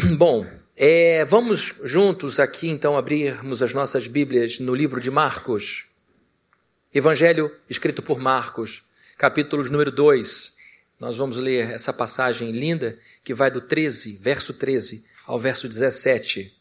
Bom, vamos juntos aqui então abrirmos as nossas Bíblias no livro de Marcos, Evangelho escrito por Marcos, capítulo número 2. Nós vamos ler essa passagem linda que vai do verso 13 ao verso 17.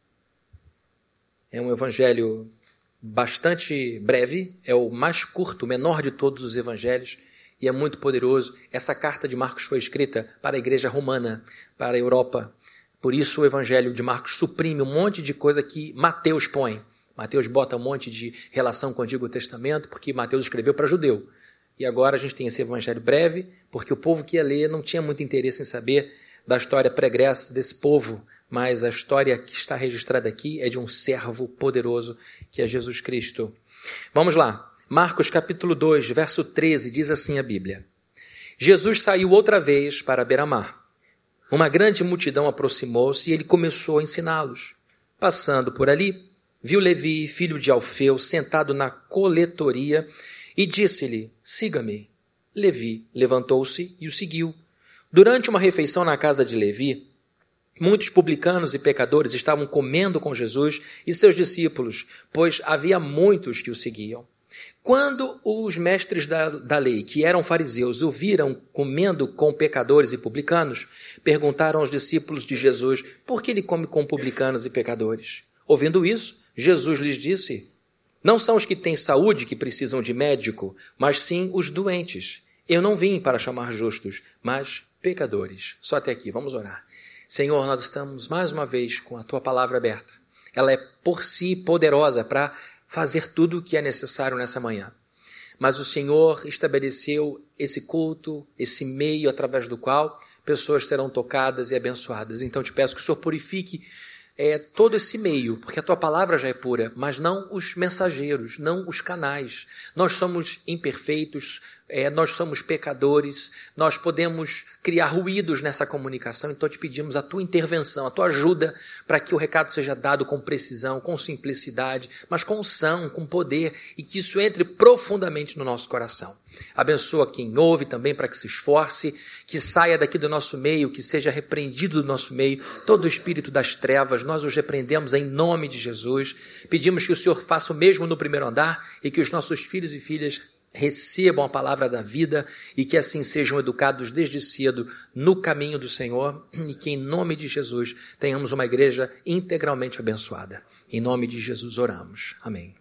É um evangelho bastante breve, é o mais curto, o menor de todos os evangelhos, e é muito poderoso. Essa carta de Marcos foi escrita para a igreja romana, para a Europa. Por isso o evangelho de Marcos suprime um monte de coisa que Mateus põe. Mateus bota um monte de relação com o Antigo Testamento, porque Mateus escreveu para judeu. E agora a gente tem esse evangelho breve, porque o povo que ia ler não tinha muito interesse em saber da história pregressa desse povo, mas a história que está registrada aqui é de um servo poderoso, que é Jesus Cristo. Vamos lá. Marcos capítulo 2, verso 13, diz assim a Bíblia. Jesus saiu outra vez para a beira-mar. Uma grande multidão aproximou-se e ele começou a ensiná-los. Passando por ali, viu Levi, filho de Alfeu, sentado na coletoria e disse-lhe, siga-me. Levi levantou-se e o seguiu. Durante uma refeição na casa de Levi, muitos publicanos e pecadores estavam comendo com Jesus e seus discípulos, pois havia muitos que o seguiam. Quando os mestres da lei, que eram fariseus, o viram comendo com pecadores e publicanos, perguntaram aos discípulos de Jesus, por que ele come com publicanos e pecadores? Ouvindo isso, Jesus lhes disse, não são os que têm saúde que precisam de médico, mas sim os doentes. Eu não vim para chamar justos, mas pecadores. Só até aqui, vamos orar. Senhor, nós estamos mais uma vez com a Tua palavra aberta. Ela é por si poderosa para fazer tudo o que é necessário nessa manhã. Mas o Senhor estabeleceu esse culto, esse meio através do qual pessoas serão tocadas e abençoadas. Então te peço que o Senhor purifique todo esse meio, porque a Tua palavra já é pura, mas não os mensageiros, não os canais. Nós somos imperfeitos, nós somos pecadores, nós podemos criar ruídos nessa comunicação, então te pedimos a Tua intervenção, a Tua ajuda para que o recado seja dado com precisão, com simplicidade, mas com unção, com poder, e que isso entre profundamente no nosso coração. Abençoa quem ouve também para que se esforce, que saia daqui do nosso meio, que seja repreendido do nosso meio, todo o espírito das trevas, nós os repreendemos em nome de Jesus. Pedimos que o Senhor faça o mesmo no primeiro andar e que os nossos filhos e filhas recebam a palavra da vida e que assim sejam educados desde cedo no caminho do Senhor e que em nome de Jesus tenhamos uma igreja integralmente abençoada. Em nome de Jesus oramos. Amém.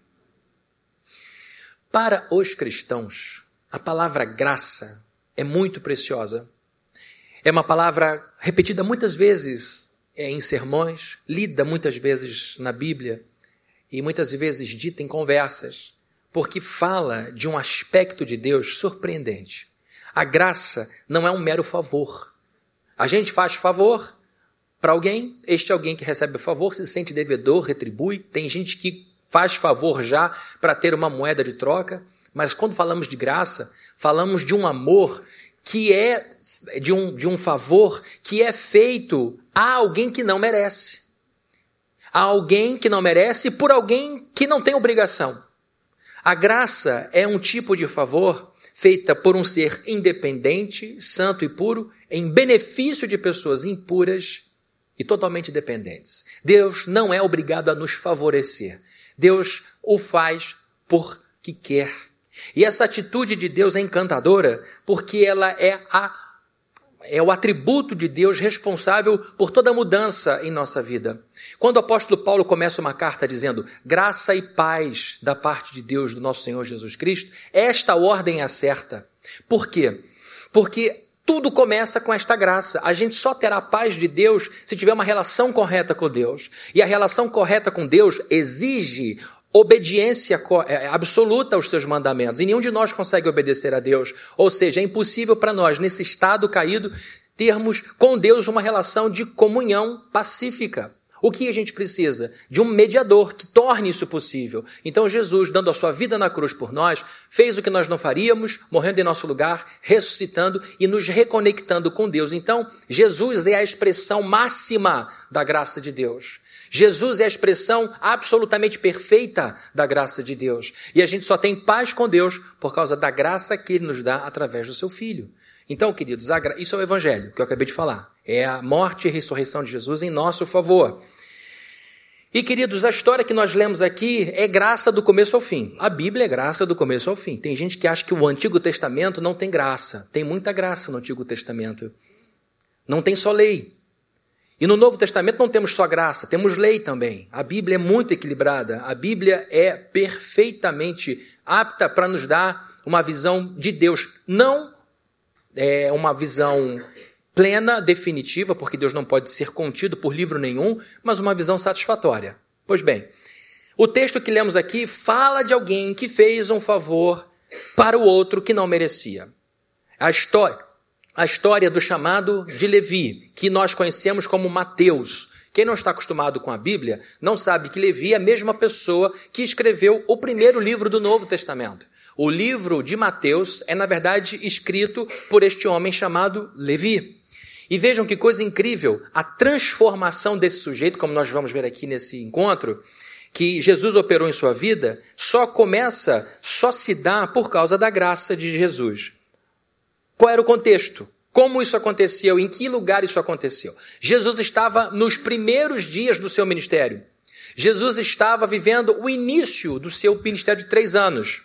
Para os cristãos, a palavra graça é muito preciosa. É uma palavra repetida muitas vezes em sermões, lida muitas vezes na Bíblia e muitas vezes dita em conversas, porque fala de um aspecto de Deus surpreendente. A graça não é um mero favor. A gente faz favor para alguém, este alguém que recebe o favor se sente devedor, retribui. Tem gente que faz favor já para ter uma moeda de troca, mas quando falamos de graça, falamos de um amor que é de um favor que é feito a alguém que não merece. A alguém que não merece por alguém que não tem obrigação. A graça é um tipo de favor feita por um ser independente, santo e puro, em benefício de pessoas impuras e totalmente dependentes. Deus não é obrigado a nos favorecer. Deus o faz porque quer. E essa atitude de Deus é encantadora porque ela é o atributo de Deus responsável por toda mudança em nossa vida. Quando o apóstolo Paulo começa uma carta dizendo graça e paz da parte de Deus, do nosso Senhor Jesus Cristo, esta ordem é certa. Por quê? Porque tudo começa com esta graça. A gente só terá a paz de Deus se tiver uma relação correta com Deus. E a relação correta com Deus exige obediência absoluta aos seus mandamentos. E nenhum de nós consegue obedecer a Deus. Ou seja, é impossível para nós, nesse estado caído, termos com Deus uma relação de comunhão pacífica. O que a gente precisa? De um mediador que torne isso possível. Então Jesus, dando a sua vida na cruz por nós, fez o que nós não faríamos, morrendo em nosso lugar, ressuscitando e nos reconectando com Deus. Então, Jesus é a expressão máxima da graça de Deus. Jesus é a expressão absolutamente perfeita da graça de Deus. E a gente só tem paz com Deus por causa da graça que Ele nos dá através do Seu Filho. Então, queridos, isso é o Evangelho que eu acabei de falar. É a morte e ressurreição de Jesus em nosso favor. E, queridos, a história que nós lemos aqui é graça do começo ao fim. A Bíblia é graça do começo ao fim. Tem gente que acha que o Antigo Testamento não tem graça. Tem muita graça no Antigo Testamento. Não tem só lei. E no Novo Testamento não temos só graça, temos lei também. A Bíblia é muito equilibrada. A Bíblia é perfeitamente apta para nos dar uma visão de Deus. Não é uma visão plena, definitiva, porque Deus não pode ser contido por livro nenhum, mas uma visão satisfatória. Pois bem, o texto que lemos aqui fala de alguém que fez um favor para o outro que não merecia. A história do chamado de Levi, que nós conhecemos como Mateus. Quem não está acostumado com a Bíblia não sabe que Levi é a mesma pessoa que escreveu o primeiro livro do Novo Testamento. O livro de Mateus é, na verdade, escrito por este homem chamado Levi. E vejam que coisa incrível, a transformação desse sujeito, como nós vamos ver aqui nesse encontro, que Jesus operou em sua vida, só se dá por causa da graça de Jesus. Qual era o contexto? Como isso aconteceu? Em que lugar isso aconteceu? Jesus estava nos primeiros dias do seu ministério. Jesus estava vivendo o início do seu ministério de 3 anos.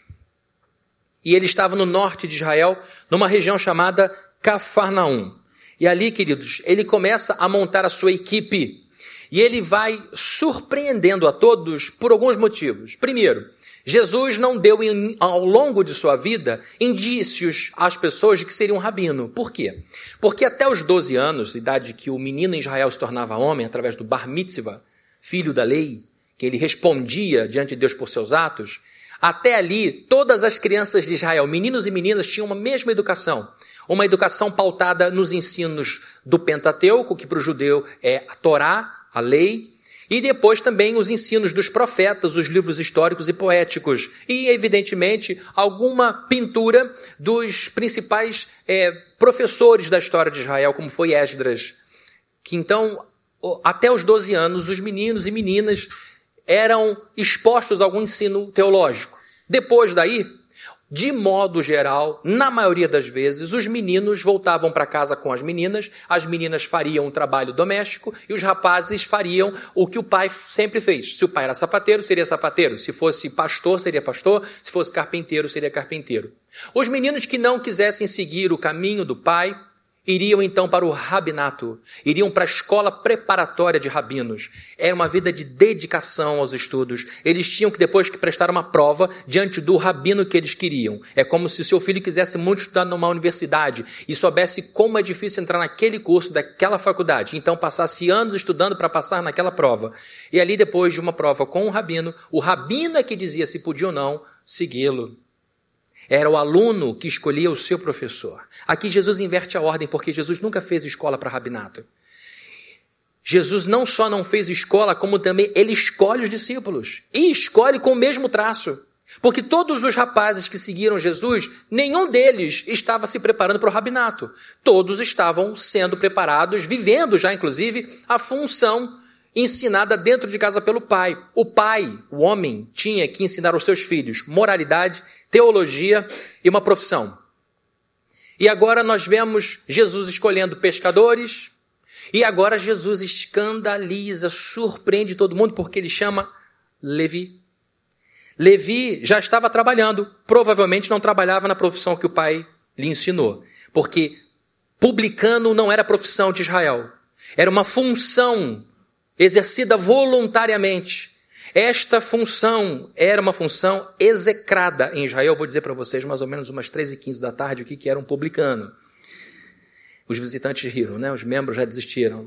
E ele estava no norte de Israel, numa região chamada Cafarnaum. E ali, queridos, ele começa a montar a sua equipe. E ele vai surpreendendo a todos por alguns motivos. Primeiro, Jesus não deu ao longo de sua vida indícios às pessoas de que seria um rabino. Por quê? Porque até os 12 anos, idade que o menino em Israel se tornava homem, através do bar mitzvah, filho da lei, que ele respondia diante de Deus por seus atos, até ali, todas as crianças de Israel, meninos e meninas, tinham uma mesma educação. Uma educação pautada nos ensinos do Pentateuco, que para o judeu é a Torá, a lei, e depois também os ensinos dos profetas, os livros históricos e poéticos, e, evidentemente, alguma pintura dos principais professores da história de Israel, como foi Esdras, que então, até os 12 anos, os meninos e meninas eram expostos a algum ensino teológico. Depois daí, de modo geral, na maioria das vezes, os meninos voltavam para casa com as meninas fariam o trabalho doméstico e os rapazes fariam o que o pai sempre fez. Se o pai era sapateiro, seria sapateiro. Se fosse pastor, seria pastor. Se fosse carpinteiro, seria carpinteiro. Os meninos que não quisessem seguir o caminho do pai iriam então para o rabinato, iriam para a escola preparatória de rabinos. Era uma vida de dedicação aos estudos. Eles tinham que depois que prestar uma prova diante do rabino que eles queriam. É como se seu filho quisesse muito estudar numa universidade e soubesse como é difícil entrar naquele curso, daquela faculdade. Então passasse anos estudando para passar naquela prova. E ali depois de uma prova com o rabino é que dizia se podia ou não segui-lo. Era o aluno que escolhia o seu professor. Aqui Jesus inverte a ordem, porque Jesus nunca fez escola para rabinato. Jesus não só não fez escola, como também ele escolhe os discípulos. E escolhe com o mesmo traço. Porque todos os rapazes que seguiram Jesus, nenhum deles estava se preparando para o rabinato. Todos estavam sendo preparados, vivendo já inclusive a função ensinada dentro de casa pelo pai. O pai, o homem, tinha que ensinar aos seus filhos moralidade, teologia e uma profissão. E agora nós vemos Jesus escolhendo pescadores, e agora Jesus escandaliza, surpreende todo mundo, porque ele chama Levi. Levi já estava trabalhando, provavelmente não trabalhava na profissão que o pai lhe ensinou, porque publicano não era profissão de Israel, era uma função exercida voluntariamente. Esta função era uma função execrada em Israel. Eu vou dizer para vocês mais ou menos umas 13h15 da tarde o que era um publicano. Os visitantes riram, né? Os membros já desistiram.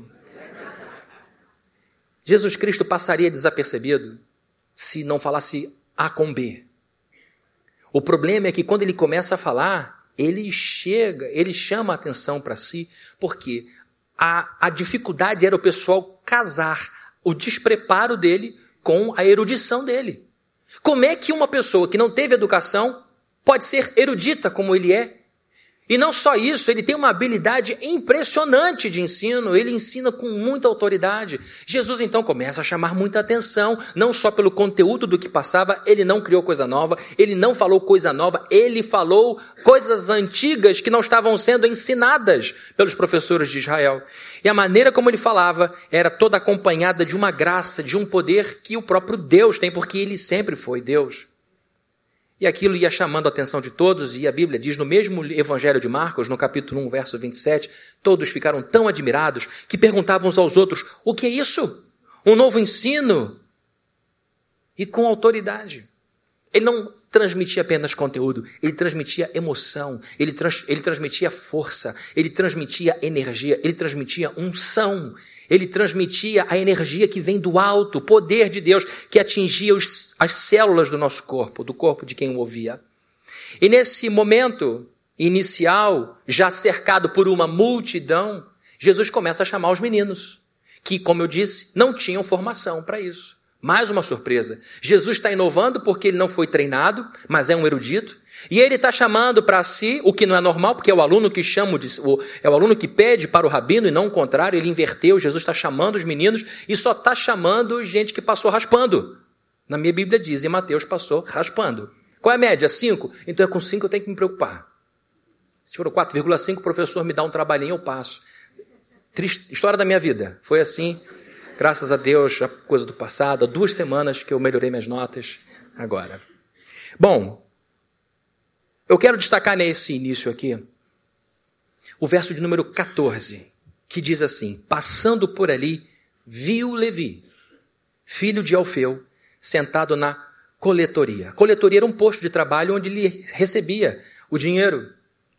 Jesus Cristo passaria desapercebido se não falasse A com B. O problema é que quando ele começa a falar, ele chama a atenção para si, porque a dificuldade era o pessoal casar o despreparo dele com a erudição dele. Como é que uma pessoa que não teve educação pode ser erudita como ele é? E não só isso, ele tem uma habilidade impressionante de ensino, ele ensina com muita autoridade. Jesus então começa a chamar muita atenção, não só pelo conteúdo do que passava, ele não criou coisa nova, ele não falou coisa nova, ele falou coisas antigas que não estavam sendo ensinadas pelos professores de Israel. E a maneira como ele falava era toda acompanhada de uma graça, de um poder que o próprio Deus tem, porque ele sempre foi Deus. E aquilo ia chamando a atenção de todos, e a Bíblia diz no mesmo Evangelho de Marcos, no capítulo 1, verso 27, todos ficaram tão admirados que perguntavam uns aos outros, o que é isso? Um novo ensino? E com autoridade. Ele não transmitia apenas conteúdo, ele transmitia emoção, ele transmitia força, ele transmitia energia, ele transmitia unção. Ele transmitia a energia que vem do alto, o poder de Deus, que atingia as células do nosso corpo, do corpo de quem o ouvia. E nesse momento inicial, já cercado por uma multidão, Jesus começa a chamar os meninos, que, como eu disse, não tinham formação para isso. Mais uma surpresa. Jesus está inovando porque ele não foi treinado, mas é um erudito. E ele está chamando para si, o que não é normal, porque é o aluno que é o aluno que pede para o rabino e não o contrário. Ele inverteu, Jesus está chamando os meninos e só está chamando gente que passou raspando. Na minha Bíblia diz, em Mateus passou raspando. Qual é a média? 5? Então é com 5 eu tenho que me preocupar. Se for 4,5, o professor me dá um trabalhinho, eu passo. Triste história da minha vida. Foi assim, graças a Deus, a coisa do passado. Há 2 semanas que eu melhorei minhas notas agora. Bom, eu quero destacar nesse início aqui o verso de número 14, que diz assim, passando por ali, viu Levi, filho de Alfeu, sentado na coletoria. A coletoria era um posto de trabalho onde ele recebia o dinheiro.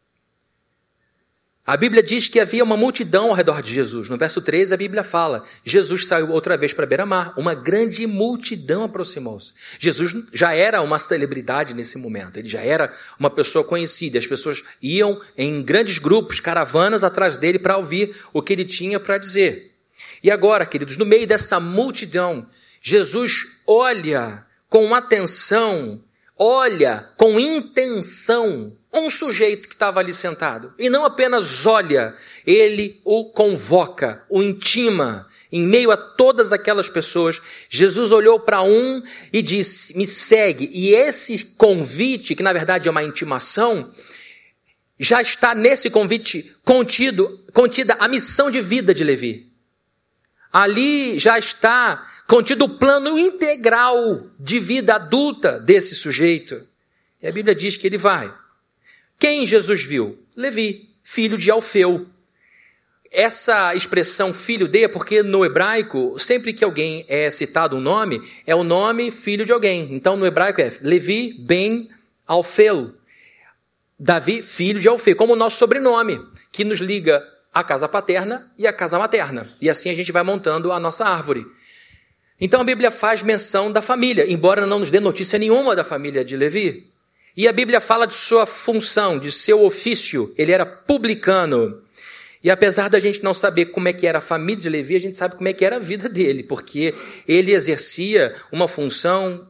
A Bíblia diz que havia uma multidão ao redor de Jesus. No verso 13, a Bíblia fala, Jesus saiu outra vez para beira-mar, uma grande multidão aproximou-se. Jesus já era uma celebridade nesse momento, ele já era uma pessoa conhecida, as pessoas iam em grandes grupos, caravanas atrás dele para ouvir o que ele tinha para dizer. E agora, queridos, no meio dessa multidão, Jesus olha com atenção, olha com intenção, um sujeito que estava ali sentado. E não apenas olha, ele o convoca, o intima. Em meio a todas aquelas pessoas, Jesus olhou para um e disse, me segue. E esse convite, que na verdade é uma intimação, já está nesse convite contida a missão de vida de Levi. Ali já está contido o plano integral de vida adulta desse sujeito. E a Bíblia diz que ele vai. Quem Jesus viu? Levi, filho de Alfeu. Essa expressão filho de é porque no hebraico, sempre que alguém é citado um nome, é o nome filho de alguém. Então no hebraico é Levi ben Alfeu. Davi, filho de Alfeu, como o nosso sobrenome, que nos liga à casa paterna e à casa materna. E assim a gente vai montando a nossa árvore. Então a Bíblia faz menção da família, embora não nos dê notícia nenhuma da família de Levi. E a Bíblia fala de sua função, de seu ofício. Ele era publicano. E apesar da gente não saber como é que era a família de Levi, a gente sabe como é que era a vida dele, porque ele exercia uma função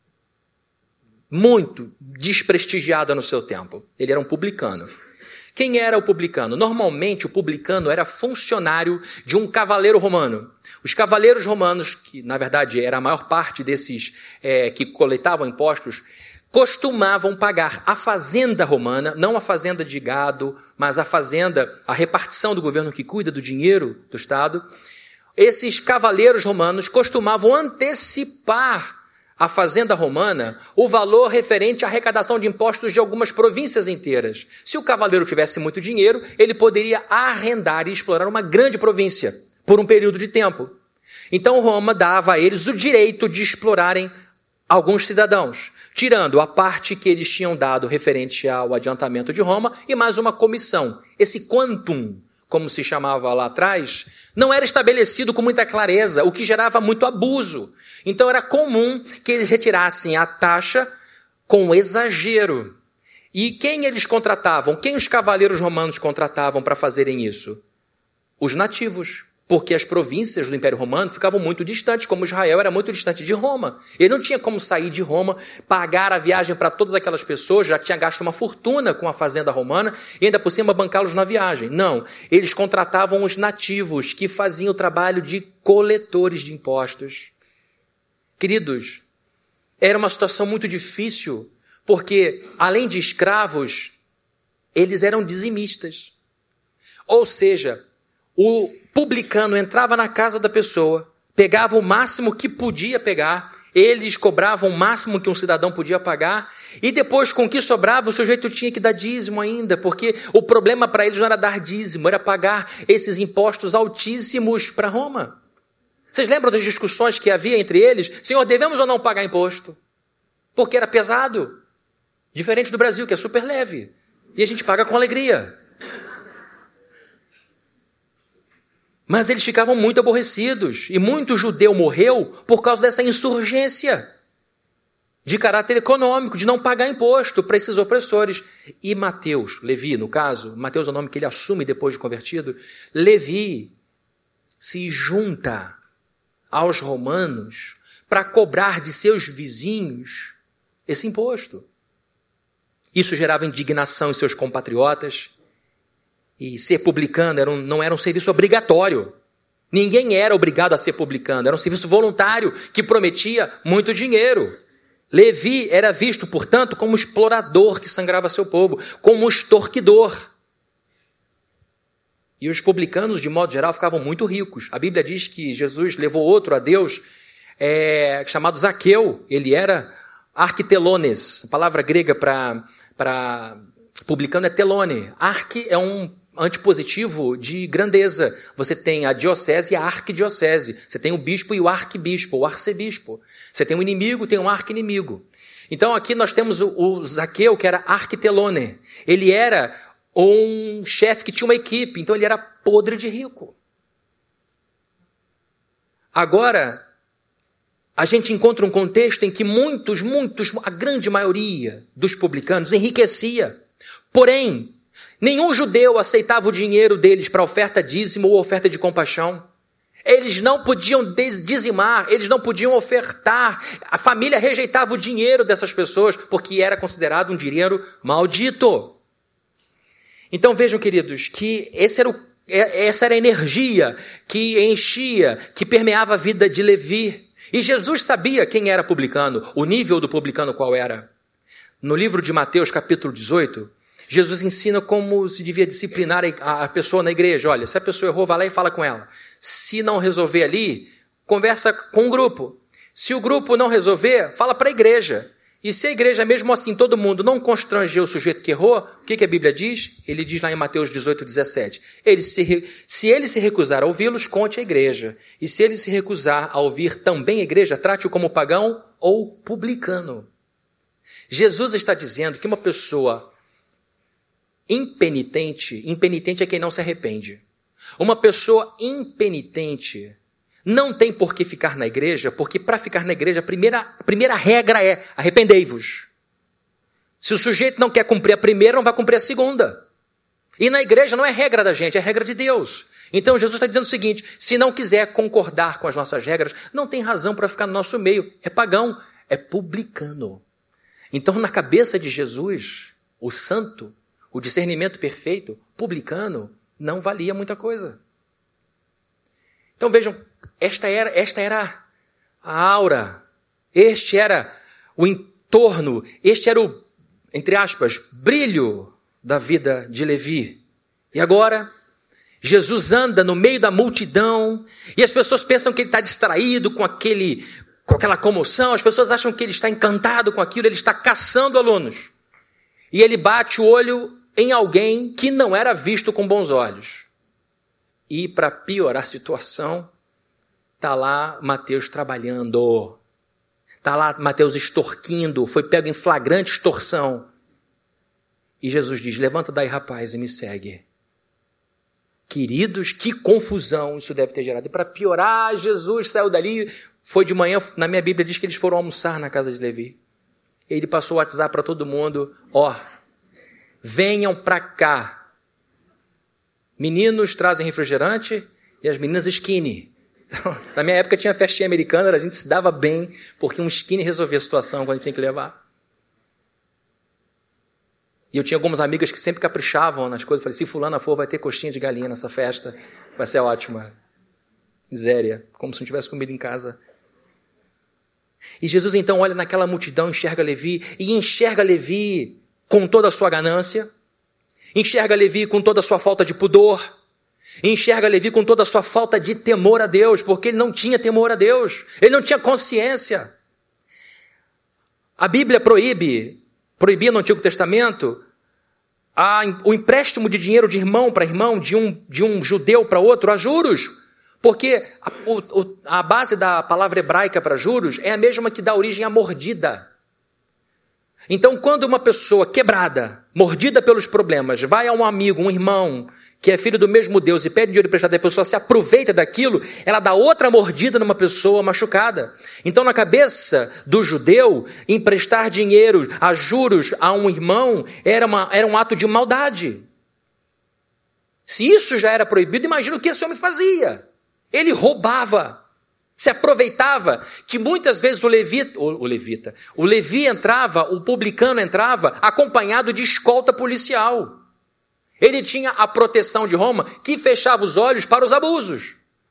muito desprestigiada no seu tempo. Ele era um publicano. Quem era o publicano? Normalmente o publicano era funcionário de um cavaleiro romano. Os cavaleiros romanos, que na verdade era a maior parte desses que coletavam impostos, costumavam pagar a fazenda romana, não a fazenda de gado, mas a repartição do governo que cuida do dinheiro do Estado. Esses cavaleiros romanos costumavam antecipar à fazenda romana o valor referente à arrecadação de impostos de algumas províncias inteiras. Se o cavaleiro tivesse muito dinheiro, ele poderia arrendar e explorar uma grande província por um período de tempo. Então Roma dava a eles o direito de explorarem alguns cidadãos, tirando a parte que eles tinham dado referente ao adiantamento de Roma e mais uma comissão. Esse quantum, como se chamava lá atrás, não era estabelecido com muita clareza, o que gerava muito abuso. Então era comum que eles retirassem a taxa com exagero. E quem eles contratavam? Quem os cavaleiros romanos contratavam para fazerem isso? Os nativos. Porque as províncias do Império Romano ficavam muito distantes, como Israel era muito distante de Roma. Ele não tinha como sair de Roma, pagar a viagem para todas aquelas pessoas, já tinha gasto uma fortuna com a fazenda romana, e ainda por cima bancá-los na viagem. Não, eles contratavam os nativos, que faziam o trabalho de coletores de impostos. Queridos, era uma situação muito difícil, porque, além de escravos, eles eram dizimistas. Ou seja, o publicano entrava na casa da pessoa, pegava o máximo que podia pegar, eles cobravam o máximo que um cidadão podia pagar, e depois, com o que sobrava, o sujeito tinha que dar dízimo ainda, porque o problema para eles não era dar dízimo, era pagar esses impostos altíssimos para Roma. Vocês lembram das discussões que havia entre eles? Senhor, devemos ou não pagar imposto? Porque era pesado. Diferente do Brasil, que é super leve. E a gente paga com alegria. Mas eles ficavam muito aborrecidos. E muito judeu morreu por causa dessa insurgência de caráter econômico, de não pagar imposto para esses opressores. E Mateus, Levi no caso, Mateus é o nome que ele assume depois de convertido, Levi se junta aos romanos para cobrar de seus vizinhos esse imposto. Isso gerava indignação em seus compatriotas. E ser publicano não era um serviço obrigatório. Ninguém era obrigado a ser publicano. Era um serviço voluntário que prometia muito dinheiro. Levi era visto, portanto, como explorador que sangrava seu povo, como extorquidor. E os publicanos, de modo geral, ficavam muito ricos. A Bíblia diz que Jesus levou outro a Deus, chamado Zaqueu. Ele era arquitelones. A palavra grega para publicano é telone. Arque é um antipositivo de grandeza. Você tem a diocese e a arquidiocese. Você tem o bispo e o arquebispo, o arcebispo. Você tem um inimigo, tem um arqui-inimigo. Então aqui nós temos o Zaqueu, que era arquitelone. Ele era um chefe que tinha uma equipe, então ele era podre de rico. Agora, a gente encontra um contexto em que a grande maioria dos publicanos enriquecia. Porém, nenhum judeu aceitava o dinheiro deles para oferta dízimo ou oferta de compaixão. Eles não podiam dizimar, eles não podiam ofertar. A família rejeitava o dinheiro dessas pessoas porque era considerado um dinheiro maldito. Então vejam, queridos, que essa era a energia que enchia, que permeava a vida de Levi. E Jesus sabia quem era publicano, o nível do publicano qual era. No livro de Mateus, capítulo 18, Jesus ensina como se devia disciplinar a pessoa na igreja. Olha, se a pessoa errou, vai lá e fala com ela. Se não resolver ali, conversa com o grupo. Se o grupo não resolver, fala para a igreja. E se a igreja, mesmo assim, todo mundo não constranger o sujeito que errou, o que a Bíblia diz? Ele diz lá em Mateus 18, 17. Se ele se recusar a ouvi-los, conte a igreja. E se ele se recusar a ouvir também a igreja, trate-o como pagão ou publicano. Jesus está dizendo que uma pessoa impenitente é quem não se arrepende. Uma pessoa impenitente não tem por que ficar na igreja, porque para ficar na igreja, a primeira regra é arrependei-vos. Se o sujeito não quer cumprir a primeira, não vai cumprir a segunda. E na igreja não é regra da gente, é regra de Deus. Então Jesus está dizendo o seguinte, se não quiser concordar com as nossas regras, não tem razão para ficar no nosso meio. É pagão, é publicano. Então na cabeça de Jesus, o santo, o discernimento perfeito, publicano, não valia muita coisa. Então vejam, esta era a aura, este era o entorno, este era o, entre aspas, brilho da vida de Levi. E agora, Jesus anda no meio da multidão e as pessoas pensam que ele está distraído com aquela comoção, as pessoas acham que ele está encantado com aquilo, ele está caçando alunos. E ele bate o olho em alguém que não era visto com bons olhos. E para piorar a situação, está lá Mateus trabalhando, está lá Mateus extorquindo, foi pego em flagrante extorsão. E Jesus diz, levanta daí rapaz e me segue. Queridos, que confusão isso deve ter gerado. E para piorar, Jesus saiu dali, foi de manhã, na minha Bíblia diz que eles foram almoçar na casa de Levi. Ele passou o WhatsApp para todo mundo, venham para cá. Meninos trazem refrigerante e as meninas skinny. Então, na minha época tinha festinha americana, a gente se dava bem, porque um skinny resolvia a situação quando a gente tinha que levar. E eu tinha algumas amigas que sempre caprichavam nas coisas. Eu falei, se fulana for, vai ter coxinha de galinha nessa festa. Vai ser ótima. Miséria. Como se não tivesse comida em casa. E Jesus então olha naquela multidão, enxerga Levi. E enxerga Levi com toda a sua ganância. Enxerga Levi com toda a sua falta de pudor. Enxerga Levi com toda a sua falta de temor a Deus. Porque ele não tinha temor a Deus. Ele não tinha consciência. A Bíblia proibia no Antigo Testamento o empréstimo de dinheiro de irmão para irmão, de um judeu para outro, a juros. Porque a base da palavra hebraica para juros é a mesma que dá origem à mordida. Então, quando uma pessoa quebrada, mordida pelos problemas, vai a um amigo, um irmão, que é filho do mesmo Deus e pede dinheiro emprestado, e a pessoa se aproveita daquilo, ela dá outra mordida numa pessoa machucada. Então, na cabeça do judeu, emprestar dinheiro a juros a um irmão era um ato de maldade. Se isso já era proibido, imagina o que esse homem fazia. Ele roubava, se aproveitava, que muitas vezes o Levi entrava, o publicano entrava, acompanhado de escolta policial. Ele tinha a proteção de Roma, que fechava os olhos para os abusos.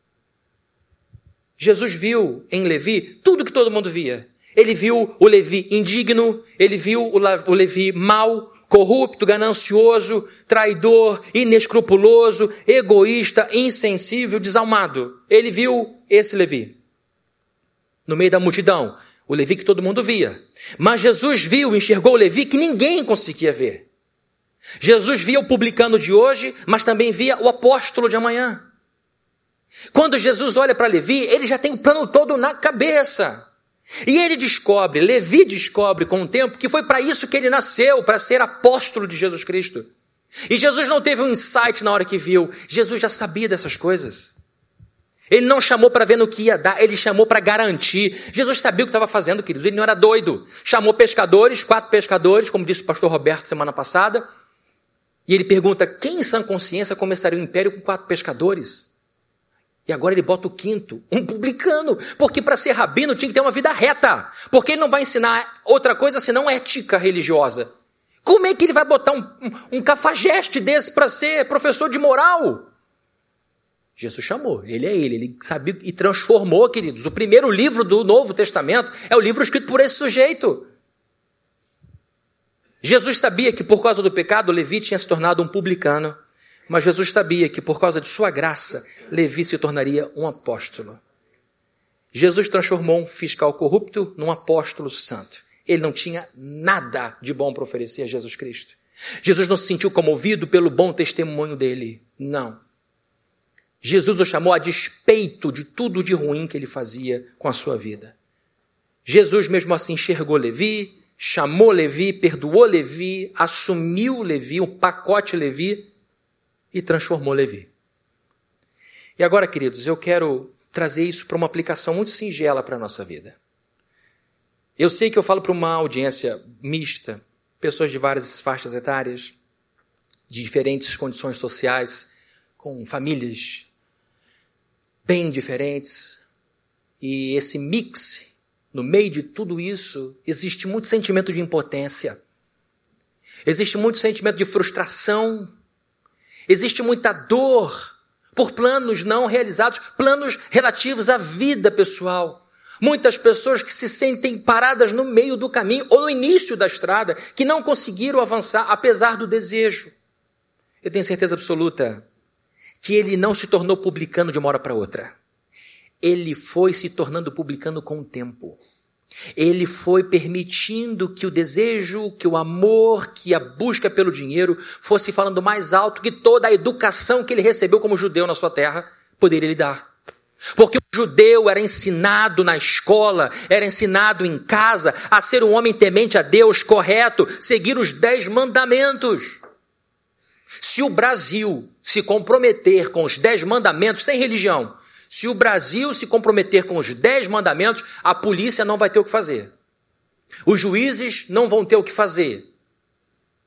Jesus viu em Levi tudo que todo mundo via. Ele viu o Levi indigno, ele viu o Levi mau, corrupto, ganancioso, traidor, inescrupuloso, egoísta, insensível, desalmado. Ele viu esse Levi no meio da multidão, o Levi que todo mundo via. Mas Jesus viu, enxergou o Levi que ninguém conseguia ver. Jesus via o publicano de hoje, mas também via o apóstolo de amanhã. Quando Jesus olha para Levi, ele já tem o plano todo na cabeça. E Levi descobre com o tempo que foi para isso que ele nasceu, para ser apóstolo de Jesus Cristo. E Jesus não teve um insight na hora que viu, Jesus já sabia dessas coisas. Ele não chamou para ver no que ia dar, ele chamou para garantir. Jesus sabia o que estava fazendo, queridos, ele não era doido. Chamou pescadores, 4 pescadores, como disse o pastor Roberto semana passada. E ele pergunta, quem em sã consciência começaria um império com 4 pescadores? E agora ele bota o 5º, um publicano. Porque para ser rabino tinha que ter uma vida reta. Porque ele não vai ensinar outra coisa senão ética religiosa. Como é que ele vai botar um cafajeste desse para ser professor de moral? Jesus chamou, ele sabia e transformou, queridos. O primeiro livro do Novo Testamento é o livro escrito por esse sujeito. Jesus sabia que por causa do pecado, Levi tinha se tornado um publicano, mas Jesus sabia que por causa de sua graça, Levi se tornaria um apóstolo. Jesus transformou um fiscal corrupto num apóstolo santo. Ele não tinha nada de bom para oferecer a Jesus Cristo. Jesus não se sentiu comovido pelo bom testemunho dele. Não. Jesus o chamou a despeito de tudo de ruim que ele fazia com a sua vida. Jesus mesmo assim enxergou Levi, chamou Levi, perdoou Levi, assumiu Levi, um pacote Levi e transformou Levi. E agora, queridos, eu quero trazer isso para uma aplicação muito singela para a nossa vida. Eu sei que eu falo para uma audiência mista, pessoas de várias faixas etárias, de diferentes condições sociais, com famílias bem diferentes, e esse mix, no meio de tudo isso, existe muito sentimento de impotência, existe muito sentimento de frustração, existe muita dor por planos não realizados, planos relativos à vida pessoal. Muitas pessoas que se sentem paradas no meio do caminho ou no início da estrada, que não conseguiram avançar apesar do desejo. Eu tenho certeza absoluta que ele não se tornou publicano de uma hora para outra. Ele foi se tornando publicano com o tempo. Ele foi permitindo que o desejo, que o amor, que a busca pelo dinheiro fosse falando mais alto que toda a educação que ele recebeu como judeu na sua terra poderia lhe dar. Porque o judeu era ensinado na escola, era ensinado em casa a ser um homem temente a Deus, correto, seguir os 10 mandamentos. Se o Brasil se comprometer com os 10 mandamentos sem religião, se o Brasil se comprometer com os 10 mandamentos, a polícia não vai ter o que fazer. Os juízes não vão ter o que fazer.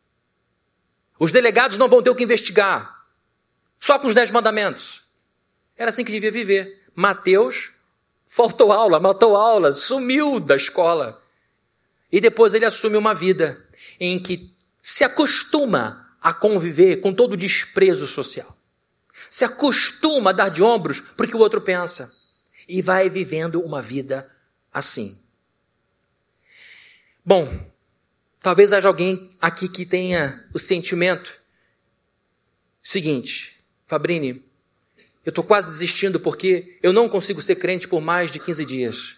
Os delegados não vão ter o que investigar. Só com os 10 mandamentos. Era assim que devia viver. Mateus faltou aula, matou aula, sumiu da escola. E depois ele assume uma vida em que se acostuma a conviver com todo o desprezo social. Se acostuma a dar de ombros para o que o outro pensa. E vai vivendo uma vida assim. Bom, talvez haja alguém aqui que tenha o sentimento seguinte: Fabrini, eu estou quase desistindo porque eu não consigo ser crente por mais de 15 dias.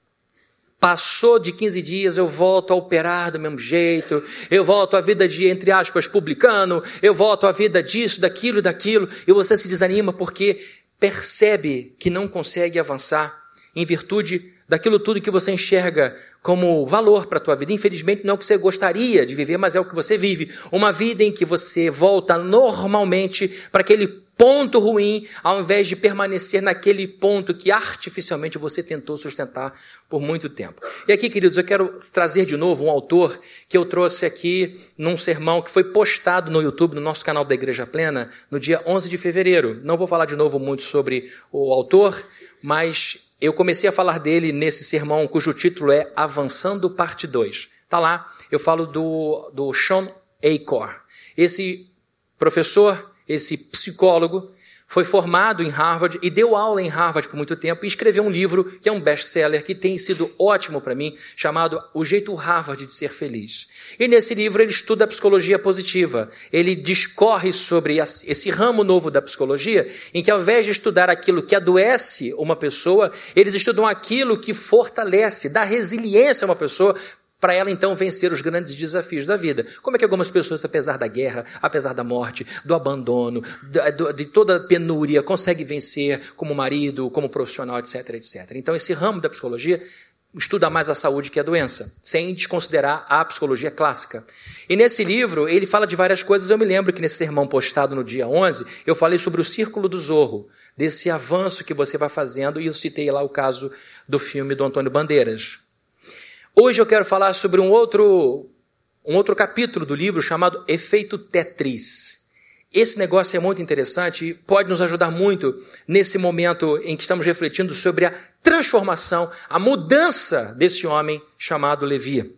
Passou de 15 dias, eu volto a operar do mesmo jeito, eu volto à vida de, entre aspas, publicano, eu volto à vida disso, daquilo e daquilo, e você se desanima porque percebe que não consegue avançar em virtude daquilo tudo que você enxerga como valor para a tua vida. Infelizmente não é o que você gostaria de viver, mas é o que você vive. Uma vida em que você volta normalmente para aquele ponto ruim, ao invés de permanecer naquele ponto que artificialmente você tentou sustentar por muito tempo. E aqui, queridos, eu quero trazer de novo um autor que eu trouxe aqui num sermão que foi postado no YouTube, no nosso canal da Igreja Plena, no dia 11 de fevereiro. Não vou falar de novo muito sobre o autor, mas eu comecei a falar dele nesse sermão cujo título é Avançando, parte 2. Está lá, eu falo do Shawn Achor. Esse professor, esse psicólogo, foi formado em Harvard e deu aula em Harvard por muito tempo e escreveu um livro que é um best-seller que tem sido ótimo para mim, chamado O Jeito Harvard de Ser Feliz. E nesse livro ele estuda a psicologia positiva. Ele discorre sobre esse ramo novo da psicologia, em que ao invés de estudar aquilo que adoece uma pessoa, eles estudam aquilo que fortalece, dá resiliência a uma pessoa, para ela, então, vencer os grandes desafios da vida. Como é que algumas pessoas, apesar da guerra, apesar da morte, do abandono, de toda a penúria, conseguem vencer como marido, como profissional, etc, etc. Então, esse ramo da psicologia estuda mais a saúde que a doença, sem desconsiderar a psicologia clássica. E nesse livro, ele fala de várias coisas. Eu me lembro que nesse sermão postado no dia 11, eu falei sobre o Círculo do Zorro, desse avanço que você vai fazendo, e eu citei lá o caso do filme do Antônio Bandeiras. Hoje eu quero falar sobre um outro capítulo do livro chamado Efeito Tetris. Esse negócio é muito interessante e pode nos ajudar muito nesse momento em que estamos refletindo sobre a transformação, a mudança desse homem chamado Levi.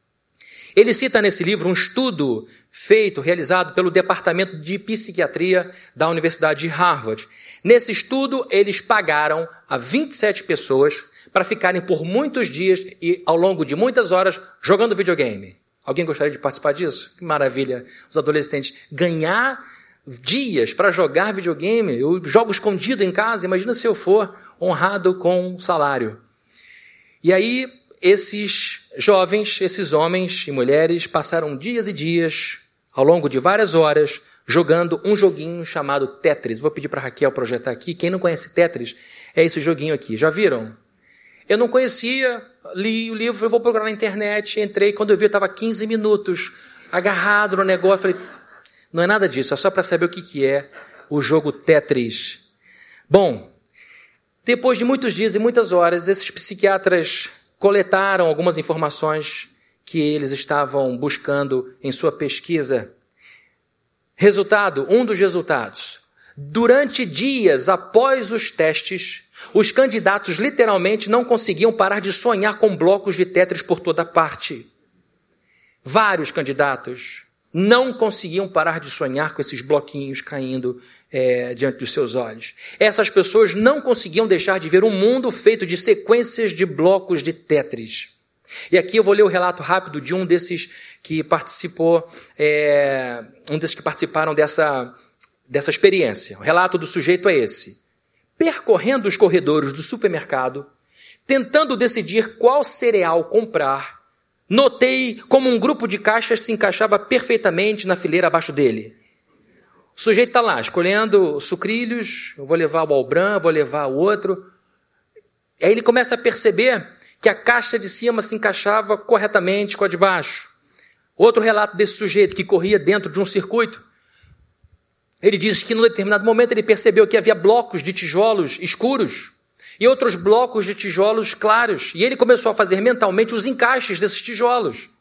Ele cita nesse livro um estudo realizado pelo Departamento de Psiquiatria da Universidade de Harvard. Nesse estudo, eles pagaram a 27 pessoas para ficarem por muitos dias e ao longo de muitas horas jogando videogame. Alguém gostaria de participar disso? Que maravilha, os adolescentes. Ganhar dias para jogar videogame. Eu jogo escondido em casa, imagina se eu for honrado com salário. E aí, esses jovens, esses homens e mulheres passaram dias e dias, ao longo de várias horas, jogando um joguinho chamado Tetris. Vou pedir para a Raquel projetar aqui. Quem não conhece Tetris, é esse joguinho aqui. Já viram? Eu não conhecia, li o livro, eu vou procurar na internet, entrei, quando eu vi eu estava 15 minutos agarrado no negócio, falei, não é nada disso, é só para saber o que é o jogo Tetris. Bom, depois de muitos dias e muitas horas, esses psiquiatras coletaram algumas informações que eles estavam buscando em sua pesquisa. Resultado, um dos resultados, durante dias após os testes, os candidatos literalmente não conseguiam parar de sonhar com blocos de Tetris por toda parte. Vários candidatos não conseguiam parar de sonhar com esses bloquinhos caindo diante dos seus olhos. Essas pessoas não conseguiam deixar de ver um mundo feito de sequências de blocos de Tetris. E aqui eu vou ler o relato rápido de um desses que participou, que participaram dessa experiência. O relato do sujeito é esse. Percorrendo os corredores do supermercado, tentando decidir qual cereal comprar, notei como um grupo de caixas se encaixava perfeitamente na fileira abaixo dele. O sujeito está lá, escolhendo sucrilhos, eu vou levar o Albran, vou levar o outro. Aí ele começa a perceber que a caixa de cima se encaixava corretamente com a de baixo. Outro relato desse sujeito que corria dentro de um circuito. Ele diz que, num determinado momento, ele percebeu que havia blocos de tijolos escuros e outros blocos de tijolos claros. E ele começou a fazer mentalmente os encaixes desses tijolos.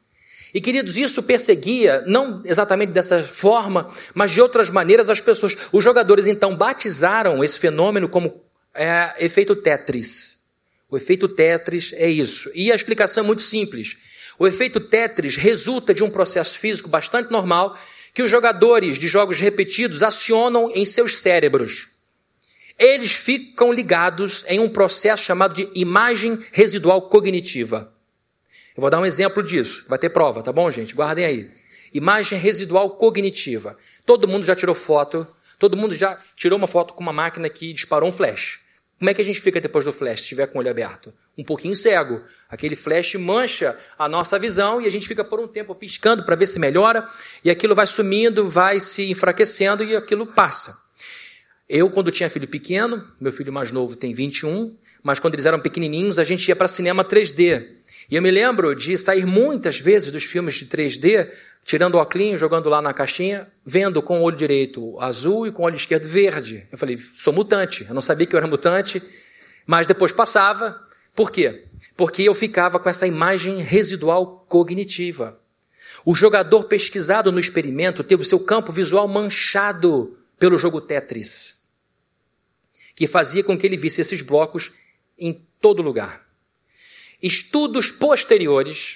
E, queridos, isso perseguia, não exatamente dessa forma, mas de outras maneiras as pessoas. Os jogadores, então, batizaram esse fenômeno como efeito Tetris. O efeito Tetris é isso. E a explicação é muito simples. O efeito Tetris resulta de um processo físico bastante normal que os jogadores de jogos repetidos acionam em seus cérebros. Eles ficam ligados em um processo chamado de imagem residual cognitiva. Eu vou dar um exemplo disso. Vai ter prova, tá bom, gente? Guardem aí. Imagem residual cognitiva. Todo mundo já tirou foto. Todo mundo já tirou uma foto com uma máquina que disparou um flash. Como é que a gente fica depois do flash, se estiver com o olho aberto? Um pouquinho cego. Aquele flash mancha a nossa visão e a gente fica por um tempo piscando para ver se melhora. E aquilo vai sumindo, vai se enfraquecendo e aquilo passa. Eu, quando tinha filho pequeno, meu filho mais novo tem 21, mas quando eles eram pequenininhos, a gente ia para cinema 3D. E eu me lembro de sair muitas vezes dos filmes de 3D, tirando o óculos, jogando lá na caixinha, vendo com o olho direito azul e com o olho esquerdo verde. Eu falei, sou mutante. Eu não sabia que eu era mutante, mas depois passava. Por quê? Porque eu ficava com essa imagem residual cognitiva. O jogador pesquisado no experimento teve o seu campo visual manchado pelo jogo Tetris, que fazia com que ele visse esses blocos em todo lugar. Estudos posteriores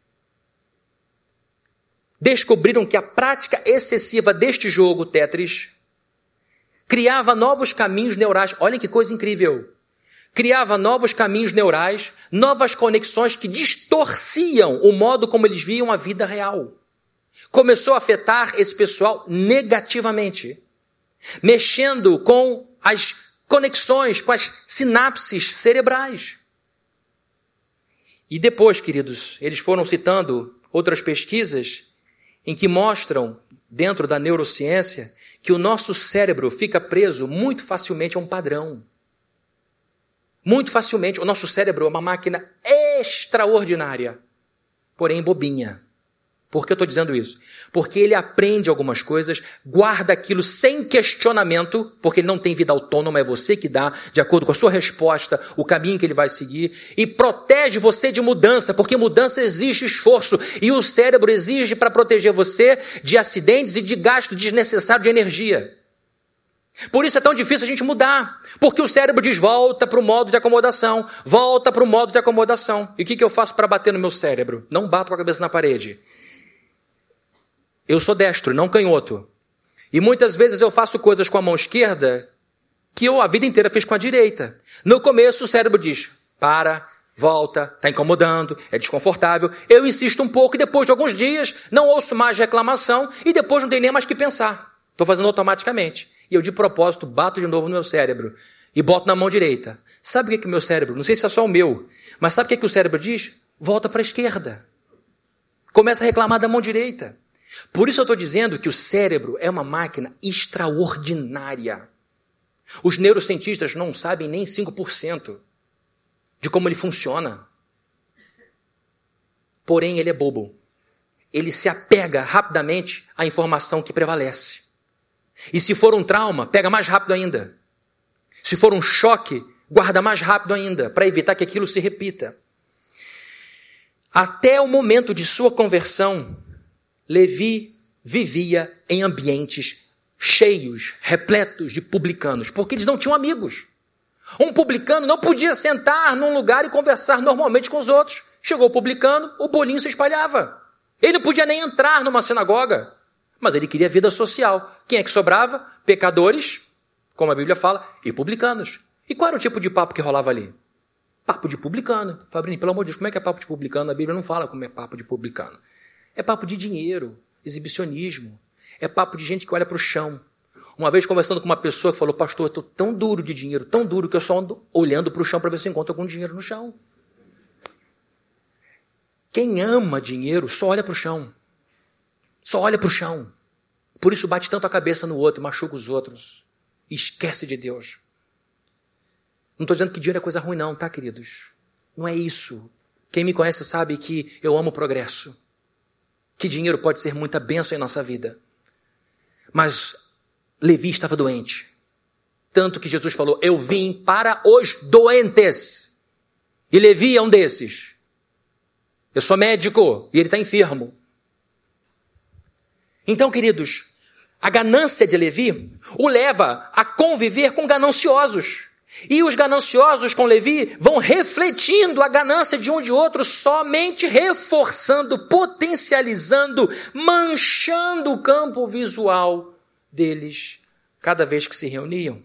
descobriram que a prática excessiva deste jogo, Tetris, criava novos caminhos neurais. Olhem que coisa incrível. Criava novos caminhos neurais, novas conexões que distorciam o modo como eles viam a vida real. Começou a afetar esse pessoal negativamente, mexendo com as conexões, com as sinapses cerebrais. E depois, queridos, eles foram citando outras pesquisas em que mostram, dentro da neurociência, que o nosso cérebro fica preso muito facilmente a um padrão. Muito facilmente. O nosso cérebro é uma máquina extraordinária, porém bobinha. Por que eu estou dizendo isso? Porque ele aprende algumas coisas, guarda aquilo sem questionamento, porque ele não tem vida autônoma, é você que dá, de acordo com a sua resposta, o caminho que ele vai seguir, e protege você de mudança, porque mudança exige esforço, e o cérebro exige para proteger você de acidentes e de gasto desnecessário de energia. Por isso é tão difícil a gente mudar, porque o cérebro diz, volta para o modo de acomodação, volta para o modo de acomodação. E o que eu faço para bater no meu cérebro? Não bato com a cabeça na parede. Eu sou destro, não canhoto. E muitas vezes eu faço coisas com a mão esquerda que eu a vida inteira fiz com a direita. No começo o cérebro diz, para, volta, está incomodando, é desconfortável. Eu insisto um pouco e depois de alguns dias não ouço mais reclamação e depois não tenho nem mais que pensar. Estou fazendo automaticamente. E eu de propósito bato de novo no meu cérebro e boto na mão direita. Sabe o que o meu cérebro, não sei se é só o meu, mas sabe o que o cérebro diz? Volta para a esquerda. Começa a reclamar da mão direita. Por isso eu estou dizendo que o cérebro é uma máquina extraordinária. Os neurocientistas não sabem nem 5% de como ele funciona. Porém, ele é bobo. Ele se apega rapidamente à informação que prevalece. E se for um trauma, pega mais rápido ainda. Se for um choque, guarda mais rápido ainda, para evitar que aquilo se repita. Até o momento de sua conversão, Levi vivia em ambientes cheios, repletos de publicanos, porque eles não tinham amigos. Um publicano não podia sentar num lugar e conversar normalmente com os outros. Chegou o publicano, o bolinho se espalhava. Ele não podia nem entrar numa sinagoga, mas ele queria vida social. Quem é que sobrava? Pecadores, como a Bíblia fala, e publicanos. E qual era o tipo de papo que rolava ali? Papo de publicano. Fabrini, pelo amor de Deus, como é que é papo de publicano? A Bíblia não fala como é papo de publicano. É papo de dinheiro, exibicionismo. É papo de gente que olha para o chão. Uma vez conversando com uma pessoa que falou, pastor, eu estou tão duro de dinheiro, tão duro que eu só ando olhando para o chão para ver se eu encontro algum dinheiro no chão. Quem ama dinheiro só olha para o chão. Só olha para o chão. Por isso bate tanto a cabeça no outro, machuca os outros. E esquece de Deus. Não estou dizendo que dinheiro é coisa ruim não, tá, queridos? Não é isso. Quem me conhece sabe que eu amo o progresso. Que dinheiro pode ser muita bênção em nossa vida. Mas Levi estava doente. Tanto que Jesus falou, eu vim para os doentes. E Levi é um desses. Eu sou médico e ele está enfermo. Então, queridos, a ganância de Levi o leva a conviver com gananciosos. E os gananciosos com Levi vão refletindo a ganância de um de outro, somente reforçando, potencializando, manchando o campo visual deles cada vez que se reuniam.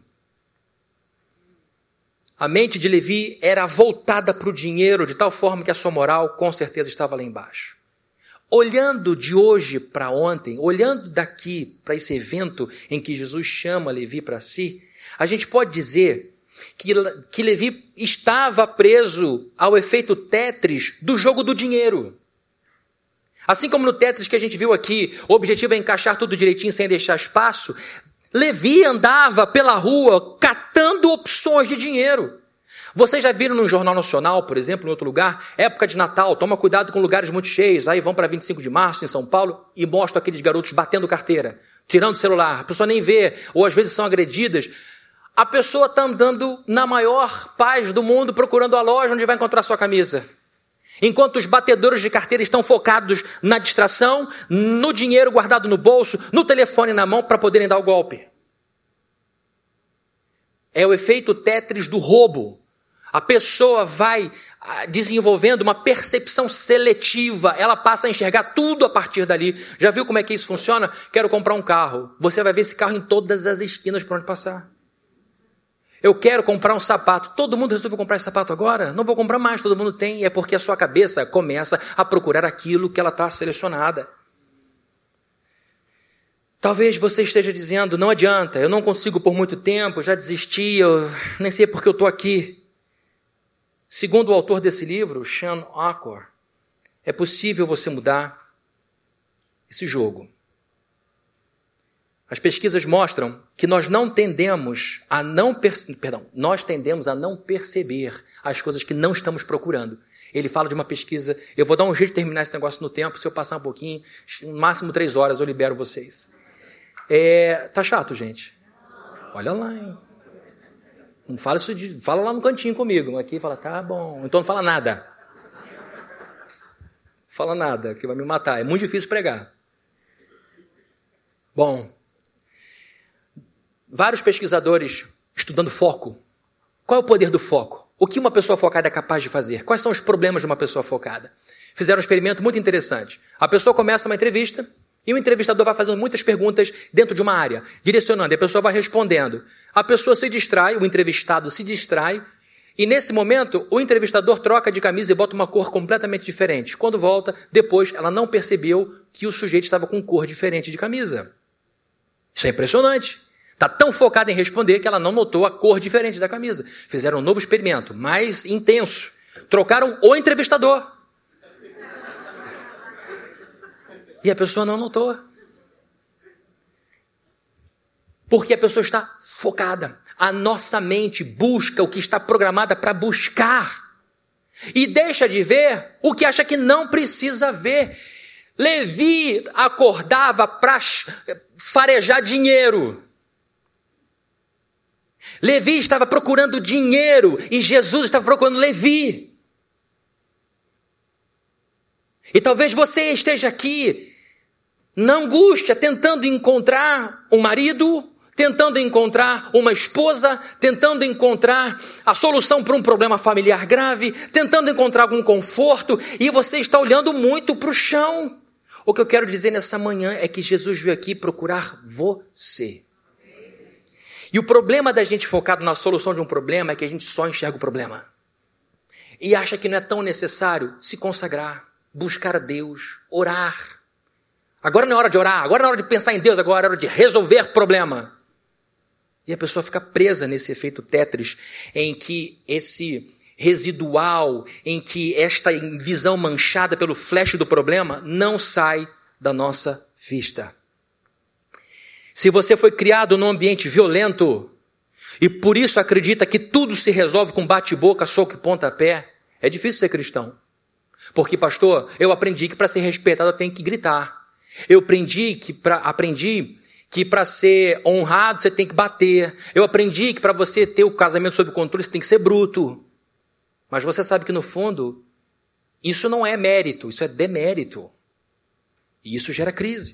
A mente de Levi era voltada para o dinheiro, de tal forma que a sua moral com certeza estava lá embaixo. Olhando de hoje para ontem, olhando daqui para esse evento em que Jesus chama Levi para si, a gente pode dizer que Levi estava preso ao efeito Tetris do jogo do dinheiro. Assim como no Tetris que a gente viu aqui, o objetivo é encaixar tudo direitinho sem deixar espaço, Levi andava pela rua catando opções de dinheiro. Vocês já viram no Jornal Nacional, por exemplo, em outro lugar, época de Natal, toma cuidado com lugares muito cheios, aí vão para 25 de março em São Paulo e mostram aqueles garotos batendo carteira, tirando o celular, a pessoa nem vê, ou às vezes são agredidas. A pessoa está andando na maior paz do mundo procurando a loja onde vai encontrar sua camisa. Enquanto os batedores de carteira estão focados na distração, no dinheiro guardado no bolso, no telefone na mão para poderem dar o golpe. É o efeito Tetris do roubo. A pessoa vai desenvolvendo uma percepção seletiva, ela passa a enxergar tudo a partir dali. Já viu como é que isso funciona? Quero comprar um carro. Você vai ver esse carro em todas as esquinas por onde passar. Eu quero comprar um sapato. Todo mundo resolveu comprar esse sapato agora? Não vou comprar mais, todo mundo tem. É porque a sua cabeça começa a procurar aquilo que ela está selecionada. Talvez você esteja dizendo, não adianta, eu não consigo por muito tempo, já desisti, eu nem sei porque eu estou aqui. Segundo o autor desse livro, Sean Acor, é possível você mudar esse jogo. As pesquisas mostram que nós tendemos a não perceber as coisas que não estamos procurando. Ele fala de uma pesquisa, eu vou dar um jeito de terminar esse negócio no tempo, se eu passar um pouquinho, no máximo 3 horas eu libero vocês. Tá chato, gente? Olha lá, hein? Não fala isso fala lá no cantinho comigo. Aqui fala, tá bom. Então não fala nada. Fala nada, que vai me matar. É muito difícil pregar. Bom, vários pesquisadores estudando foco. Qual é o poder do foco? O que uma pessoa focada é capaz de fazer? Quais são os problemas de uma pessoa focada? Fizeram um experimento muito interessante. A pessoa começa uma entrevista e o entrevistador vai fazendo muitas perguntas dentro de uma área, direcionando, e a pessoa vai respondendo. A pessoa se distrai, o entrevistado se distrai, e nesse momento o entrevistador troca de camisa e bota uma cor completamente diferente. Quando volta, depois ela não percebeu que o sujeito estava com cor diferente de camisa. Isso é impressionante. Está tão focada em responder que ela não notou a cor diferente da camisa. Fizeram um novo experimento, mais intenso. Trocaram o entrevistador. E a pessoa não notou. Porque a pessoa está focada. A nossa mente busca o que está programada para buscar. E deixa de ver o que acha que não precisa ver. Levi acordava para farejar dinheiro. Levi estava procurando dinheiro e Jesus estava procurando Levi. E talvez você esteja aqui na angústia, tentando encontrar um marido, tentando encontrar uma esposa, tentando encontrar a solução para um problema familiar grave, tentando encontrar algum conforto, e você está olhando muito para o chão. O que eu quero dizer nessa manhã é que Jesus veio aqui procurar você. E o problema da gente focado na solução de um problema é que a gente só enxerga o problema. E acha que não é tão necessário se consagrar, buscar a Deus, orar. Agora não é hora de orar, agora não é hora de pensar em Deus, agora é hora de resolver problema. E a pessoa fica presa nesse efeito Tetris, em que esse residual, em que esta visão manchada pelo flash do problema não sai da nossa vista. Se você foi criado num ambiente violento e por isso acredita que tudo se resolve com bate-boca, soco e pontapé, é difícil ser cristão. Porque, pastor, eu aprendi que para ser respeitado eu tenho que gritar. Eu aprendi que para ser honrado você tem que bater. Eu aprendi que para você ter o casamento sob controle você tem que ser bruto. Mas você sabe que no fundo, isso não é mérito, isso é demérito. E isso gera crise.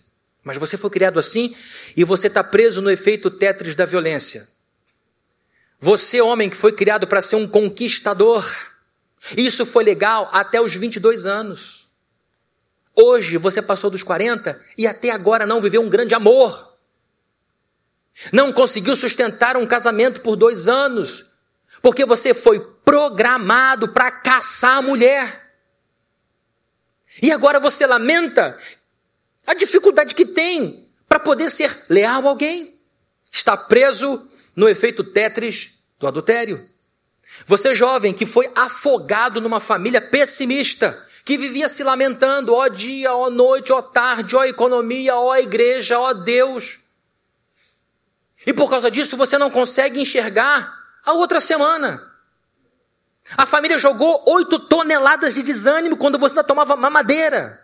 Mas você foi criado assim e você está preso no efeito Tetris da violência. Você, homem, que foi criado para ser um conquistador. Isso foi legal até os 22 anos. Hoje você passou dos 40 e até agora não viveu um grande amor. Não conseguiu sustentar um casamento por 2 anos. Porque você foi programado para caçar a mulher. E agora você lamenta a dificuldade que tem para poder ser leal a alguém. Está preso no efeito Tetris do adultério. Você jovem que foi afogado numa família pessimista, que vivia se lamentando, ó dia, ó noite, ó tarde, ó economia, ó igreja, ó Deus. E por causa disso você não consegue enxergar a outra semana. A família jogou 8 toneladas de desânimo quando você ainda tomava mamadeira.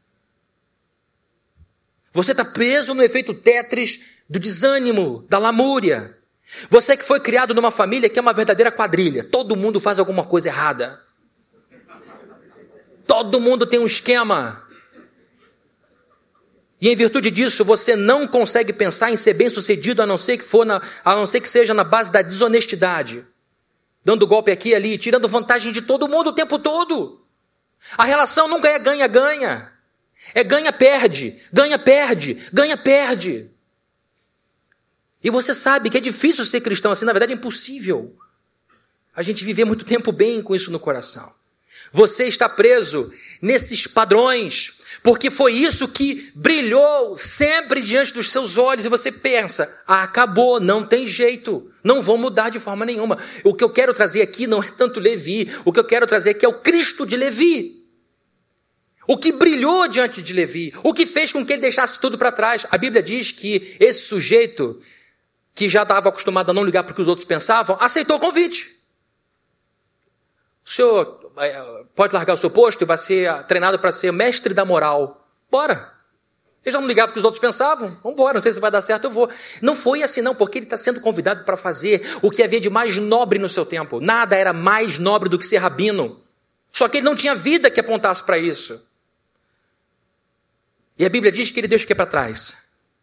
Você está preso no efeito Tetris do desânimo, da lamúria. Você que foi criado numa família que é uma verdadeira quadrilha. Todo mundo faz alguma coisa errada. Todo mundo tem um esquema. E em virtude disso, você não consegue pensar em ser bem-sucedido, a não ser que seja na base da desonestidade. Dando golpe aqui e ali, tirando vantagem de todo mundo o tempo todo. A relação nunca é ganha-ganha. É ganha-perde, ganha-perde, ganha-perde. E você sabe que é difícil ser cristão assim, na verdade é impossível. A gente viver muito tempo bem com isso no coração. Você está preso nesses padrões, porque foi isso que brilhou sempre diante dos seus olhos, e você pensa, acabou, não tem jeito, não vou mudar de forma nenhuma. O que eu quero trazer aqui não é tanto Levi, o que eu quero trazer aqui é o Cristo de Levi. O que brilhou diante de Levi, o que fez com que ele deixasse tudo para trás. A Bíblia diz que esse sujeito, que já estava acostumado a não ligar para o que os outros pensavam, aceitou o convite. O senhor pode largar o seu posto e vai ser treinado para ser mestre da moral. Bora. Ele já não ligava para o que os outros pensavam. Vamos embora, não sei se vai dar certo, eu vou. Não foi assim não, porque ele está sendo convidado para fazer o que havia de mais nobre no seu tempo. Nada era mais nobre do que ser rabino. Só que ele não tinha vida que apontasse para isso. E a Bíblia diz que ele deixa o que para trás?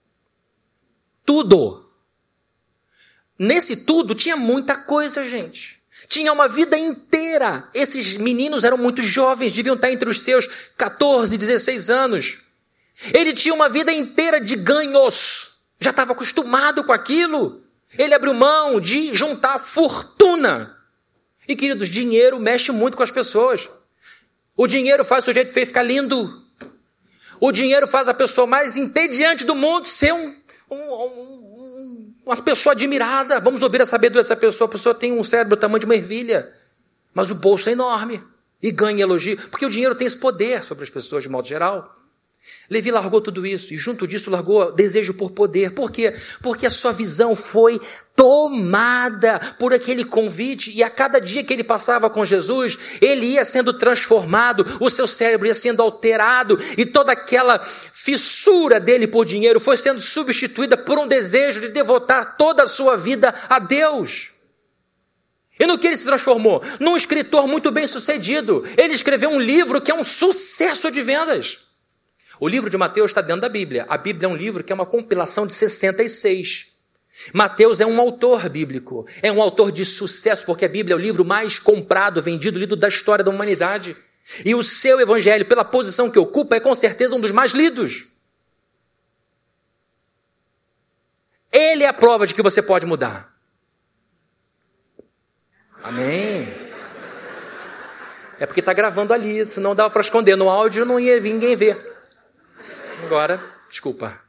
Tudo. Nesse tudo tinha muita coisa, gente. Tinha uma vida inteira. Esses meninos eram muito jovens, deviam estar entre os seus 14, 16 anos. Ele tinha uma vida inteira de ganhos. Já estava acostumado com aquilo. Ele abriu mão de juntar fortuna. E, queridos, dinheiro mexe muito com as pessoas. O dinheiro faz o sujeito feio ficar lindo. O dinheiro faz a pessoa mais entediante do mundo ser uma pessoa admirada. Vamos ouvir a sabedoria dessa pessoa. A pessoa tem um cérebro do tamanho de uma ervilha, mas o bolso é enorme e ganha elogio, porque o dinheiro tem esse poder sobre as pessoas de modo geral. Levi largou tudo isso e junto disso largou desejo por poder. Por quê? Porque a sua visão foi tomada por aquele convite, e a cada dia que ele passava com Jesus, ele ia sendo transformado, o seu cérebro ia sendo alterado, e toda aquela fissura dele por dinheiro foi sendo substituída por um desejo de devotar toda a sua vida a Deus. E no que ele se transformou? Num escritor muito bem sucedido. Ele escreveu um livro que é um sucesso de vendas. O livro de Mateus está dentro da Bíblia. A Bíblia é um livro que é uma compilação de 66. Mateus é um autor bíblico. É um autor de sucesso, porque a Bíblia é o livro mais comprado, vendido, lido da história da humanidade. E o seu evangelho, pela posição que ocupa, é com certeza um dos mais lidos. Ele é a prova de que você pode mudar. Amém. É porque está gravando ali, senão dava para esconder. No áudio não ia vir ninguém ver. Agora, desculpa.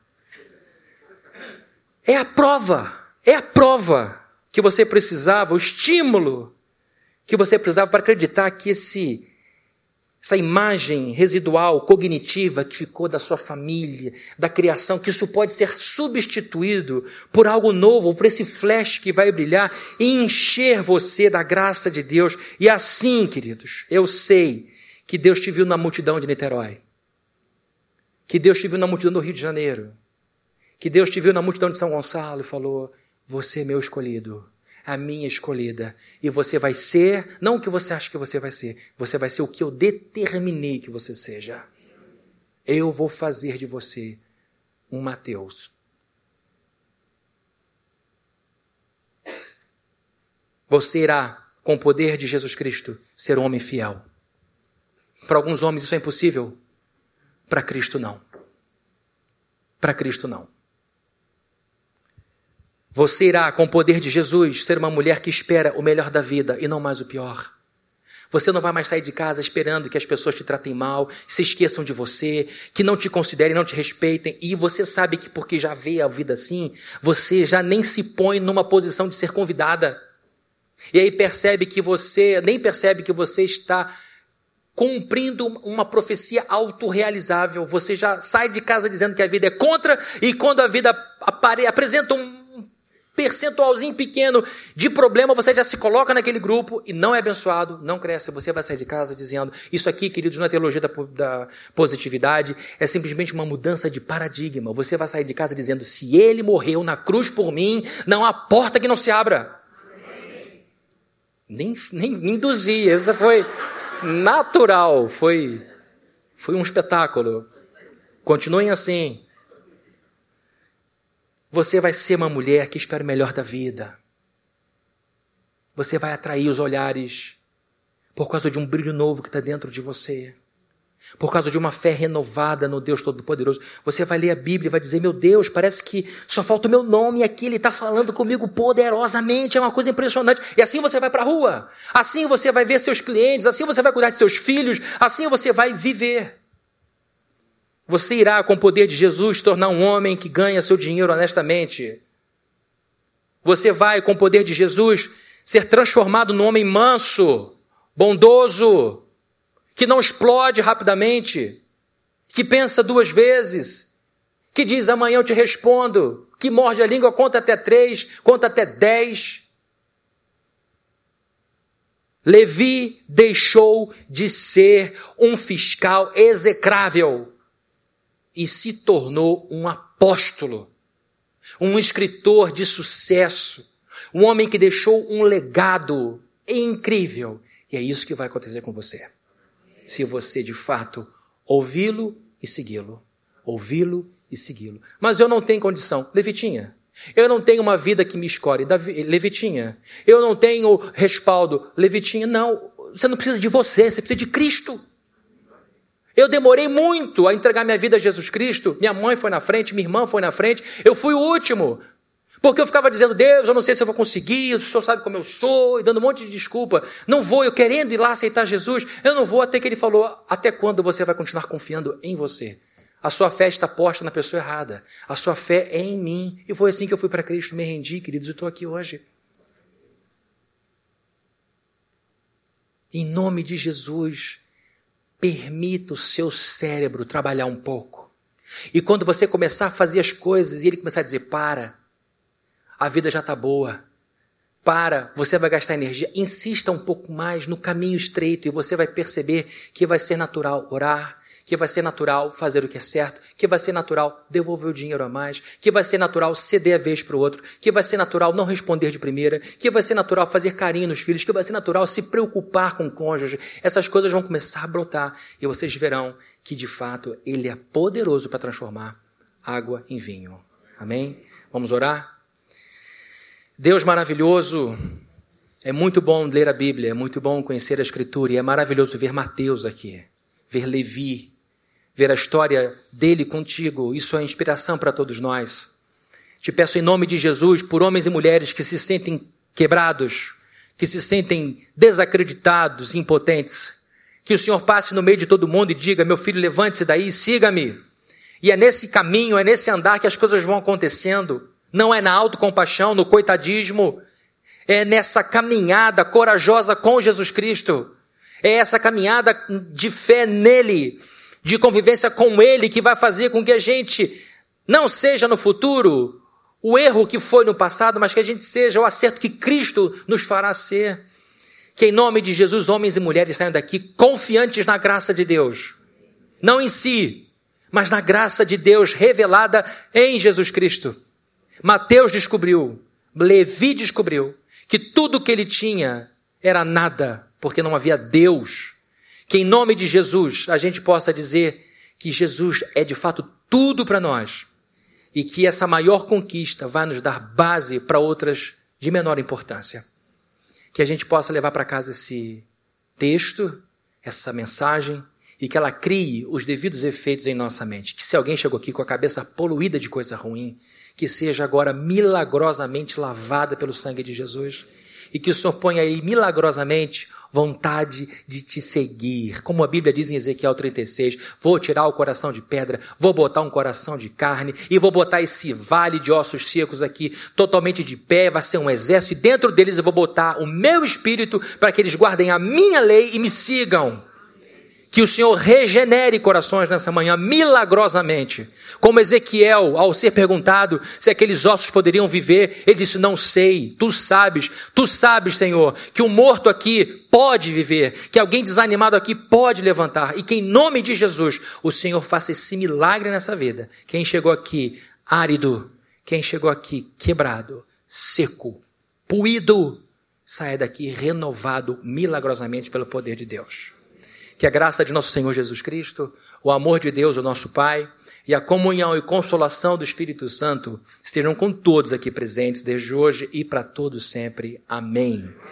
É a prova que você precisava, o estímulo que você precisava para acreditar que essa imagem residual, cognitiva que ficou da sua família, da criação, que isso pode ser substituído por algo novo, por esse flash que vai brilhar e encher você da graça de Deus. E assim, queridos, eu sei que Deus te viu na multidão de Niterói, que Deus te viu na multidão do Rio de Janeiro, que Deus te viu na multidão de São Gonçalo e falou: você é meu escolhido, a minha escolhida, e você vai ser, não o que você acha que você vai ser o que eu determinei que você seja. Eu vou fazer de você um Mateus. Você irá, com o poder de Jesus Cristo, ser um homem fiel. Para alguns homens isso é impossível. Para Cristo não. Para Cristo não. Você irá, com o poder de Jesus, ser uma mulher que espera o melhor da vida e não mais o pior. Você não vai mais sair de casa esperando que as pessoas te tratem mal, se esqueçam de você, que não te considerem, não te respeitem. E você sabe que porque já vê a vida assim, você já nem se põe numa posição de ser convidada. E aí nem percebe que você está cumprindo uma profecia autorrealizável. Você já sai de casa dizendo que a vida é contra, e quando a vida apresenta um percentualzinho pequeno de problema, você já se coloca naquele grupo e não é abençoado, não cresce. Você vai sair de casa dizendo, isso aqui, queridos, não é teologia da positividade, é simplesmente uma mudança de paradigma. Você vai sair de casa dizendo, se ele morreu na cruz por mim, não há porta que não se abra. Nem induzi, essa foi natural, foi um espetáculo. Continuem assim. Você vai ser uma mulher que espera o melhor da vida. Você vai atrair os olhares por causa de um brilho novo que está dentro de você. Por causa de uma fé renovada no Deus Todo-Poderoso. Você vai ler a Bíblia e vai dizer, meu Deus, parece que só falta o meu nome aqui, ele está falando comigo poderosamente, é uma coisa impressionante. E assim você vai para a rua, assim você vai ver seus clientes, assim você vai cuidar de seus filhos, assim você vai viver. Você irá, com o poder de Jesus, se tornar um homem que ganha seu dinheiro honestamente. Você vai, com o poder de Jesus, ser transformado num homem manso, bondoso, que não explode rapidamente, que pensa 2 vezes, que diz amanhã eu te respondo, que morde a língua, conta até 3, conta até 10. Levi deixou de ser um fiscal execrável e se tornou um apóstolo, um escritor de sucesso, um homem que deixou um legado incrível. E é isso que vai acontecer com você. Se você, de fato, ouvi-lo e segui-lo. Ouvi-lo e segui-lo. Mas eu não tenho condição. Levitinha, eu não tenho uma vida que me escolhe. Levitinha, eu não tenho respaldo. Levitinha, não. Você não precisa de você, você precisa de Cristo. Eu demorei muito a entregar minha vida a Jesus Cristo. Minha mãe foi na frente, minha irmã foi na frente. Eu fui o último. Porque eu ficava dizendo, Deus, eu não sei se eu vou conseguir, o Senhor sabe como eu sou, e dando um monte de desculpa. Não vou, eu querendo ir lá aceitar Jesus, eu não vou, até que ele falou, até quando você vai continuar confiando em você? A sua fé está posta na pessoa errada. A sua fé é em mim. E foi assim que eu fui para Cristo, me rendi, queridos, e estou aqui hoje. Em nome de Jesus, permita o seu cérebro trabalhar um pouco. E quando você começar a fazer as coisas e ele começar a dizer, para, a vida já está boa, para, você vai gastar energia, insista um pouco mais no caminho estreito e você vai perceber que vai ser natural orar, que vai ser natural fazer o que é certo, que vai ser natural devolver o dinheiro a mais, que vai ser natural ceder a vez para o outro, que vai ser natural não responder de primeira, que vai ser natural fazer carinho nos filhos, que vai ser natural se preocupar com o cônjuge. Essas coisas vão começar a brotar e vocês verão que, de fato, ele é poderoso para transformar água em vinho. Amém? Vamos orar? Deus maravilhoso, é muito bom ler a Bíblia, é muito bom conhecer a Escritura e é maravilhoso ver Mateus aqui, ver Levi, ver a história dele contigo. Isso é inspiração para todos nós. Te peço em nome de Jesus, por homens e mulheres que se sentem quebrados, que se sentem desacreditados, impotentes, que o Senhor passe no meio de todo mundo e diga, meu filho, levante-se daí e siga-me. E é nesse caminho, é nesse andar que as coisas vão acontecendo. Não é na autocompaixão, no coitadismo, é nessa caminhada corajosa com Jesus Cristo. É essa caminhada de fé nele, de convivência com ele, que vai fazer com que a gente não seja no futuro o erro que foi no passado, mas que a gente seja o acerto que Cristo nos fará ser. Que em nome de Jesus, homens e mulheres saiam daqui confiantes na graça de Deus. Não em si, mas na graça de Deus revelada em Jesus Cristo. Mateus descobriu, Levi descobriu, que tudo que ele tinha era nada, porque não havia Deus. Que em nome de Jesus a gente possa dizer que Jesus é de fato tudo para nós e que essa maior conquista vai nos dar base para outras de menor importância. Que a gente possa levar para casa esse texto, essa mensagem, e que ela crie os devidos efeitos em nossa mente. Que se alguém chegou aqui com a cabeça poluída de coisa ruim, que seja agora milagrosamente lavada pelo sangue de Jesus, e que o Senhor ponha aí milagrosamente vontade de te seguir. Como a Bíblia diz em Ezequiel 36, vou tirar o coração de pedra, vou botar um coração de carne, e vou botar esse vale de ossos secos aqui totalmente de pé, vai ser um exército, e dentro deles eu vou botar o meu espírito para que eles guardem a minha lei e me sigam. Que o Senhor regenere corações nessa manhã, milagrosamente. Como Ezequiel, ao ser perguntado se aqueles ossos poderiam viver, ele disse, não sei, tu sabes, Senhor, que um morto aqui pode viver, que alguém desanimado aqui pode levantar, e que em nome de Jesus, o Senhor faça esse milagre nessa vida. Quem chegou aqui árido, quem chegou aqui quebrado, seco, puído, saia daqui renovado milagrosamente pelo poder de Deus. Que a graça de nosso Senhor Jesus Cristo, o amor de Deus, o nosso Pai, e a comunhão e consolação do Espírito Santo estejam com todos aqui presentes, desde hoje e para todos sempre. Amém.